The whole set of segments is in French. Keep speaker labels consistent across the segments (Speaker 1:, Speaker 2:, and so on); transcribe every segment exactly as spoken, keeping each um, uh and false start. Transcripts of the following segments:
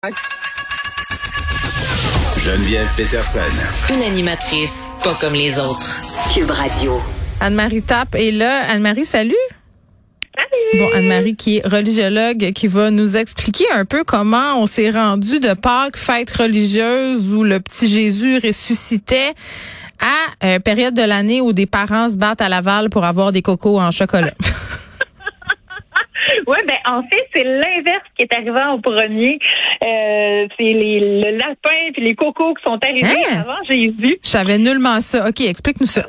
Speaker 1: Geneviève Peterson.
Speaker 2: Une animatrice pas comme les autres. Cube Radio.
Speaker 3: Anne-Marie Tappe est là. Anne-Marie, salut.
Speaker 4: Salut.
Speaker 3: Bon, Anne-Marie qui est religiologue, qui va nous expliquer un peu comment on s'est rendu de Pâques, fête religieuse où le petit Jésus ressuscitait, à euh, période de l'année où des parents se battent à Laval pour avoir des cocos en chocolat.
Speaker 4: Oui, ben en fait, c'est l'inverse qui est arrivé en premier. Euh, c'est les, le lapin puis les cocos qui sont arrivés
Speaker 3: Hein?
Speaker 4: avant Jésus.
Speaker 3: Je savais nullement ça. OK, explique-nous ça.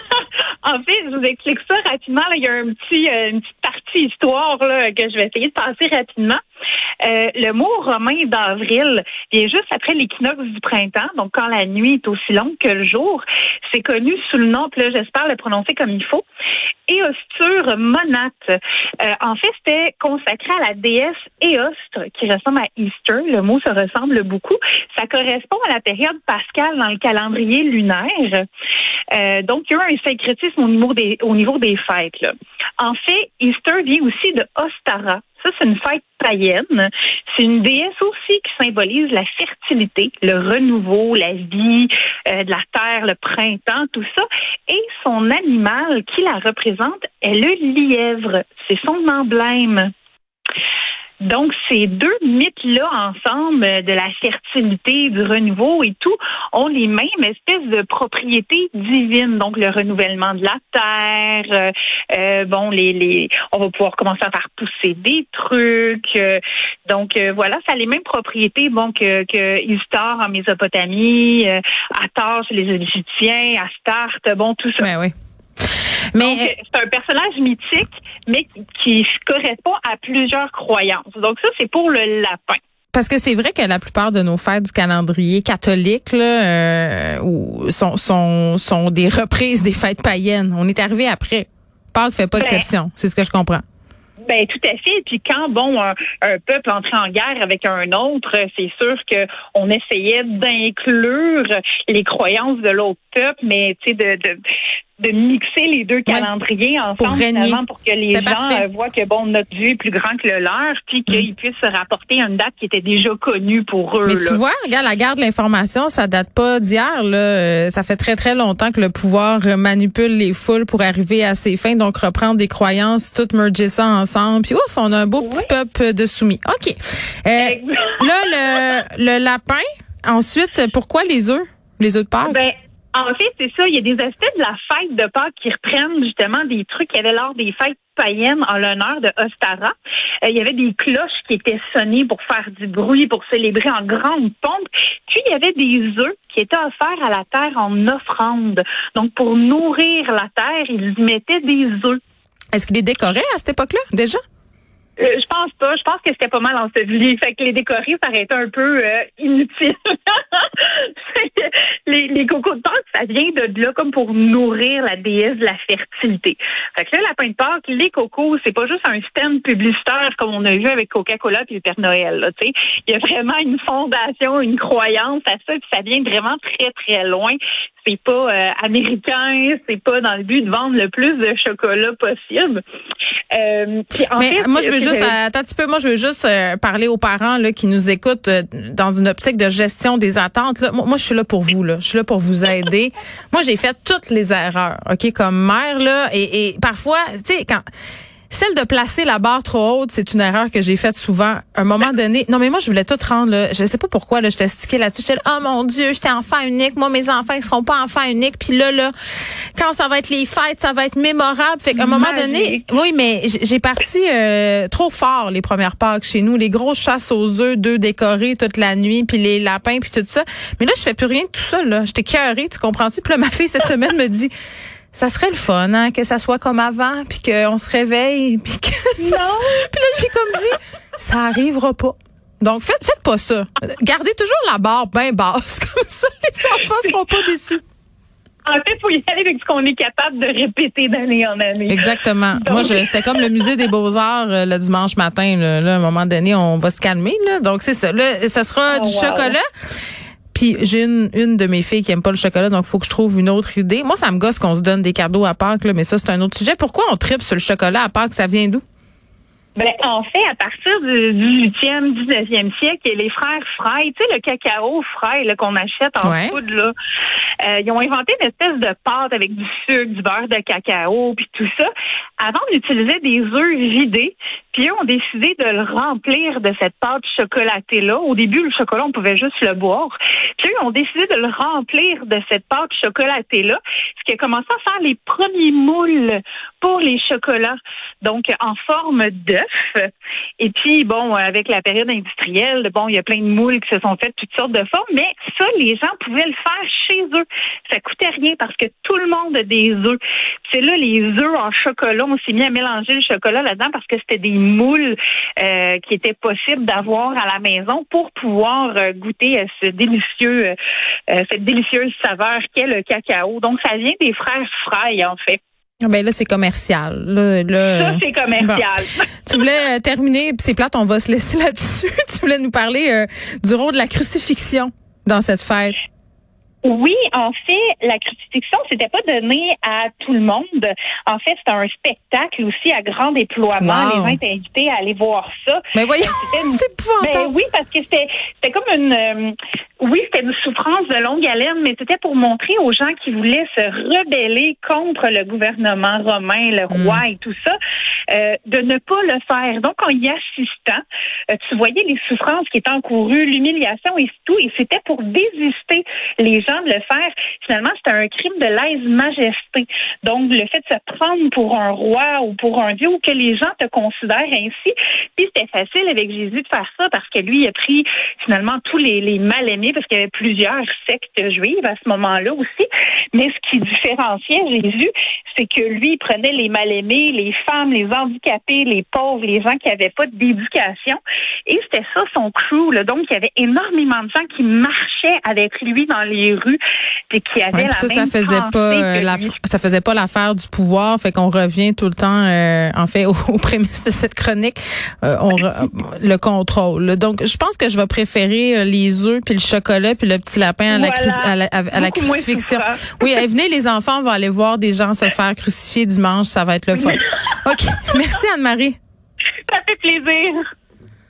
Speaker 4: En fait, je vous explique ça rapidement. Là, il y a un petit, euh, une petite partie histoire là, que je vais essayer de passer rapidement. Euh, le mot romain d'avril vient juste après l'équinoxe du printemps, donc quand la nuit est aussi longue que le jour. C'est connu sous le nom, puis là, j'espère le prononcer comme il faut, Éostre Monate. Euh, en fait, c'était consacré à la déesse Éostre, qui ressemble à Easter. Le mot se ressemble beaucoup. Ça correspond à la période pascale dans le calendrier lunaire. Euh, donc, il y a eu un syncrétisme au niveau des, au niveau des fêtes, là. En fait, Easter vient aussi de Ostara. Ça, c'est une fête païenne. C'est une déesse aussi qui symbolise la fertilité, le renouveau, la vie euh, de la terre, le printemps, tout ça. Et son animal qui la représente est le lièvre. C'est son emblème. Donc, ces deux mythes-là ensemble, de la fertilité, du renouveau et tout, ont les mêmes espèces de propriétés divines. Donc, le renouvellement de la terre, euh, bon, les, les, on va pouvoir commencer à faire pousser des trucs. Euh, donc, euh, voilà, ça a les mêmes propriétés, bon, que, que Istar en Mésopotamie, euh, Hathor chez les Égyptiens, Astarte, bon, tout ça.
Speaker 3: Ben oui. Mais
Speaker 4: Donc, c'est un personnage mythique, mais qui, qui correspond à plusieurs croyances. Donc ça, c'est pour le lapin.
Speaker 3: Parce que c'est vrai que la plupart de nos fêtes du calendrier catholique là, euh, ou sont, sont, sont des reprises des fêtes païennes. On est arrivé après. Pâques fait pas
Speaker 4: Ben,
Speaker 3: exception. C'est ce que je comprends.
Speaker 4: Ben tout à fait. Puis quand bon un, un peuple entrait en guerre avec un autre, c'est sûr que on essayait d'inclure les croyances de l'autre peuple, mais tu sais de, de de mixer les deux calendriers
Speaker 3: ouais,
Speaker 4: ensemble
Speaker 3: pour
Speaker 4: finalement pour que les
Speaker 3: C'était
Speaker 4: gens
Speaker 3: parfait.
Speaker 4: euh, voient que bon notre Dieu est plus grand que le leur, puis qu'ils mm. puissent se rapporter une date qui était déjà connue pour eux.
Speaker 3: Mais
Speaker 4: là.
Speaker 3: tu vois, regarde, la guerre de l'information, ça date pas d'hier. Là, euh, ça fait très très longtemps que le pouvoir euh, manipule les foules pour arriver à ses fins, donc reprendre des croyances, tout merger ça ensemble, puis ouf, on a un beau
Speaker 4: oui.
Speaker 3: petit peuple de soumis. Ok. Euh, là, le le lapin. Ensuite, pourquoi les œufs, les œufs de Pâques?
Speaker 4: Ben, En fait, c'est ça. Il y a des aspects de la fête de Pâques qui reprennent justement des trucs qu'il y avait lors des fêtes païennes en l'honneur de Ostara. Euh, il y avait des cloches qui étaient sonnées pour faire du bruit, pour célébrer en grande pompe. Puis, il y avait des œufs qui étaient offerts à la terre en offrande. Donc, pour nourrir la terre, ils y mettaient des œufs.
Speaker 3: Est-ce qu'il les décorait à cette époque-là, déjà?
Speaker 4: Euh, je pense pas. Je pense que c'était pas mal enseveli. Fait que les décorer, ça aurait été un peu euh, inutile. les, les cocos de Pâques, ça vient de là comme pour nourrir la déesse de la fertilité. Fait que là, la lapin de Pâques, les cocos, c'est pas juste un stand publicitaire comme on a vu avec Coca-Cola puis le Père Noël. Là, tu sais, il y a vraiment une fondation, une croyance à ça, puis ça vient vraiment très très loin. C'est pas euh, américain, c'est pas dans le but de vendre le plus de chocolat possible. Euh, puis en
Speaker 3: Mais
Speaker 4: fait,
Speaker 3: moi, je veux juste, attends un petit peu, moi, je veux juste euh, parler aux parents là qui nous écoutent euh, dans une optique de gestion des attentes. Là. Moi, moi, je suis là pour vous, là. Je suis là pour vous aider. Moi, j'ai fait toutes les erreurs, ok, comme mère là, et, et parfois, tu sais, quand celle de placer la barre trop haute, c'est une erreur que j'ai faite souvent. À un moment donné, non mais moi je voulais tout rendre là, je sais pas pourquoi là, j'étais stickée là-dessus. J'étais là, oh mon Dieu, j'étais enfant unique. Moi mes enfants ils seront pas enfants uniques. Puis là là, quand ça va être les fêtes, ça va être mémorable. Fait qu'à un moment donné, oui mais j'ai parti euh, trop fort les premières Pâques chez nous, les grosses chasses aux œufs, deux décorés toute la nuit, puis les lapins puis tout ça. Mais là je fais plus rien de tout ça là. J'étais cœurée, tu comprends-tu? Puis là ma fille cette semaine me dit ça serait le fun, hein, que ça soit comme avant, puis qu'on se réveille, puis que ça... Puis là, j'ai comme dit, ça arrivera pas. Donc, faites, faites pas ça. Gardez toujours la barre bien basse, comme ça, les enfants seront pas déçus.
Speaker 4: En fait, il faut y aller avec ce qu'on est capable de répéter d'année en année.
Speaker 3: Exactement. Donc... Moi, je, c'était comme le musée des Beaux-Arts euh, le dimanche matin. Là, là, à un moment donné, on va se calmer. Là. Donc, c'est ça. Là, ça sera
Speaker 4: oh,
Speaker 3: du
Speaker 4: wow.
Speaker 3: chocolat. Puis j'ai une, une de mes filles qui aime pas le chocolat, donc il faut que je trouve une autre idée. Moi, ça me gosse qu'on se donne des cadeaux à Pâques, là, mais ça, c'est un autre sujet. Pourquoi on tripe sur le chocolat à Pâques? Ça vient d'où?
Speaker 4: Ben, en fait, à partir du dix-huitième, dix-neuvième siècle, les frères Fry, tu sais, le cacao Fry là, qu'on achète en
Speaker 3: ouais.
Speaker 4: poudre, là, euh, ils ont inventé une espèce de pâte avec du sucre, du beurre de cacao, puis tout ça. Avant, on utilisait des œufs vidés, puis eux ont décidé de le remplir de cette pâte chocolatée-là. Au début, le chocolat, on pouvait juste le boire. Puis eux ont décidé de le remplir de cette pâte chocolatée-là, ce qui a commencé à faire les premiers moules pour les chocolats, donc en forme d'œuf. Et puis, bon, avec la période industrielle, bon, il y a plein de moules qui se sont faites toutes sortes de formes, mais ça, les gens pouvaient le faire chez eux. Ça coûtait rien parce que tout le monde a des œufs. C'est là, les œufs en chocolat, on s'est mis à mélanger le chocolat là-dedans parce que c'était des moules euh, qui étaient possibles d'avoir à la maison pour pouvoir euh, goûter à ce délicieux, euh, cette délicieuse saveur qu'est le cacao. Donc, ça vient des frères Fry, en fait.
Speaker 3: Ben là, c'est commercial. Là, là,
Speaker 4: ça, c'est commercial.
Speaker 3: Bon. Tu voulais euh, terminer, puis c'est plate, on va se laisser là-dessus. Tu voulais nous parler euh, du rôle de la crucifixion dans cette fête.
Speaker 4: Oui, en fait, la crucifixion, c'était pas donné à tout le monde. En fait, c'était un spectacle aussi à grand déploiement. Wow. Les gens étaient invités à aller voir ça.
Speaker 3: Mais voyons,
Speaker 4: une...
Speaker 3: c'est épouvantable.
Speaker 4: Ben oui, parce que c'était c'était comme une euh, oui, c'était une souffrance de longue haleine, mais c'était pour montrer aux gens qui voulaient se rebeller contre le gouvernement romain, le roi mm. et tout ça, euh, de ne pas le faire. Donc, en y assistant, euh, tu voyais les souffrances qui étaient encourues, l'humiliation et tout, et c'était pour désister les gens de le faire. Finalement, c'était un crime de lèse-majesté. Donc, le fait de se prendre pour un roi ou pour un dieu, ou que les gens te considèrent ainsi. Puis, c'était facile avec Jésus de faire ça parce que lui, il a pris finalement tous les, les mal-aimés, parce qu'il y avait plusieurs sectes juives à ce moment-là aussi. Mais ce qui différenciait Jésus, c'est que lui, il prenait les mal-aimés, les femmes, les handicapés, les pauvres, les gens qui n'avaient pas d'éducation. Et c'était ça son crew, là. Donc, il y avait énormément de gens qui marchaient avec lui dans les rues, puis qui avaient ouais, la
Speaker 3: ça,
Speaker 4: même
Speaker 3: ça faisait pas euh, la, ça faisait pas l'affaire du pouvoir, fait qu'on revient tout le temps, euh, en fait, aux, aux prémices de cette chronique, euh, on le contrôle. Donc, je pense que je vais préférer euh, les œufs puis le chocolat puis le petit lapin à la,
Speaker 4: voilà.
Speaker 3: cru, à la, à, à la crucifixion. Oui, venez les enfants, on va aller voir des gens se faire crucifier dimanche, ça va être le fun. OK, merci Anne-Marie.
Speaker 4: Ça fait plaisir.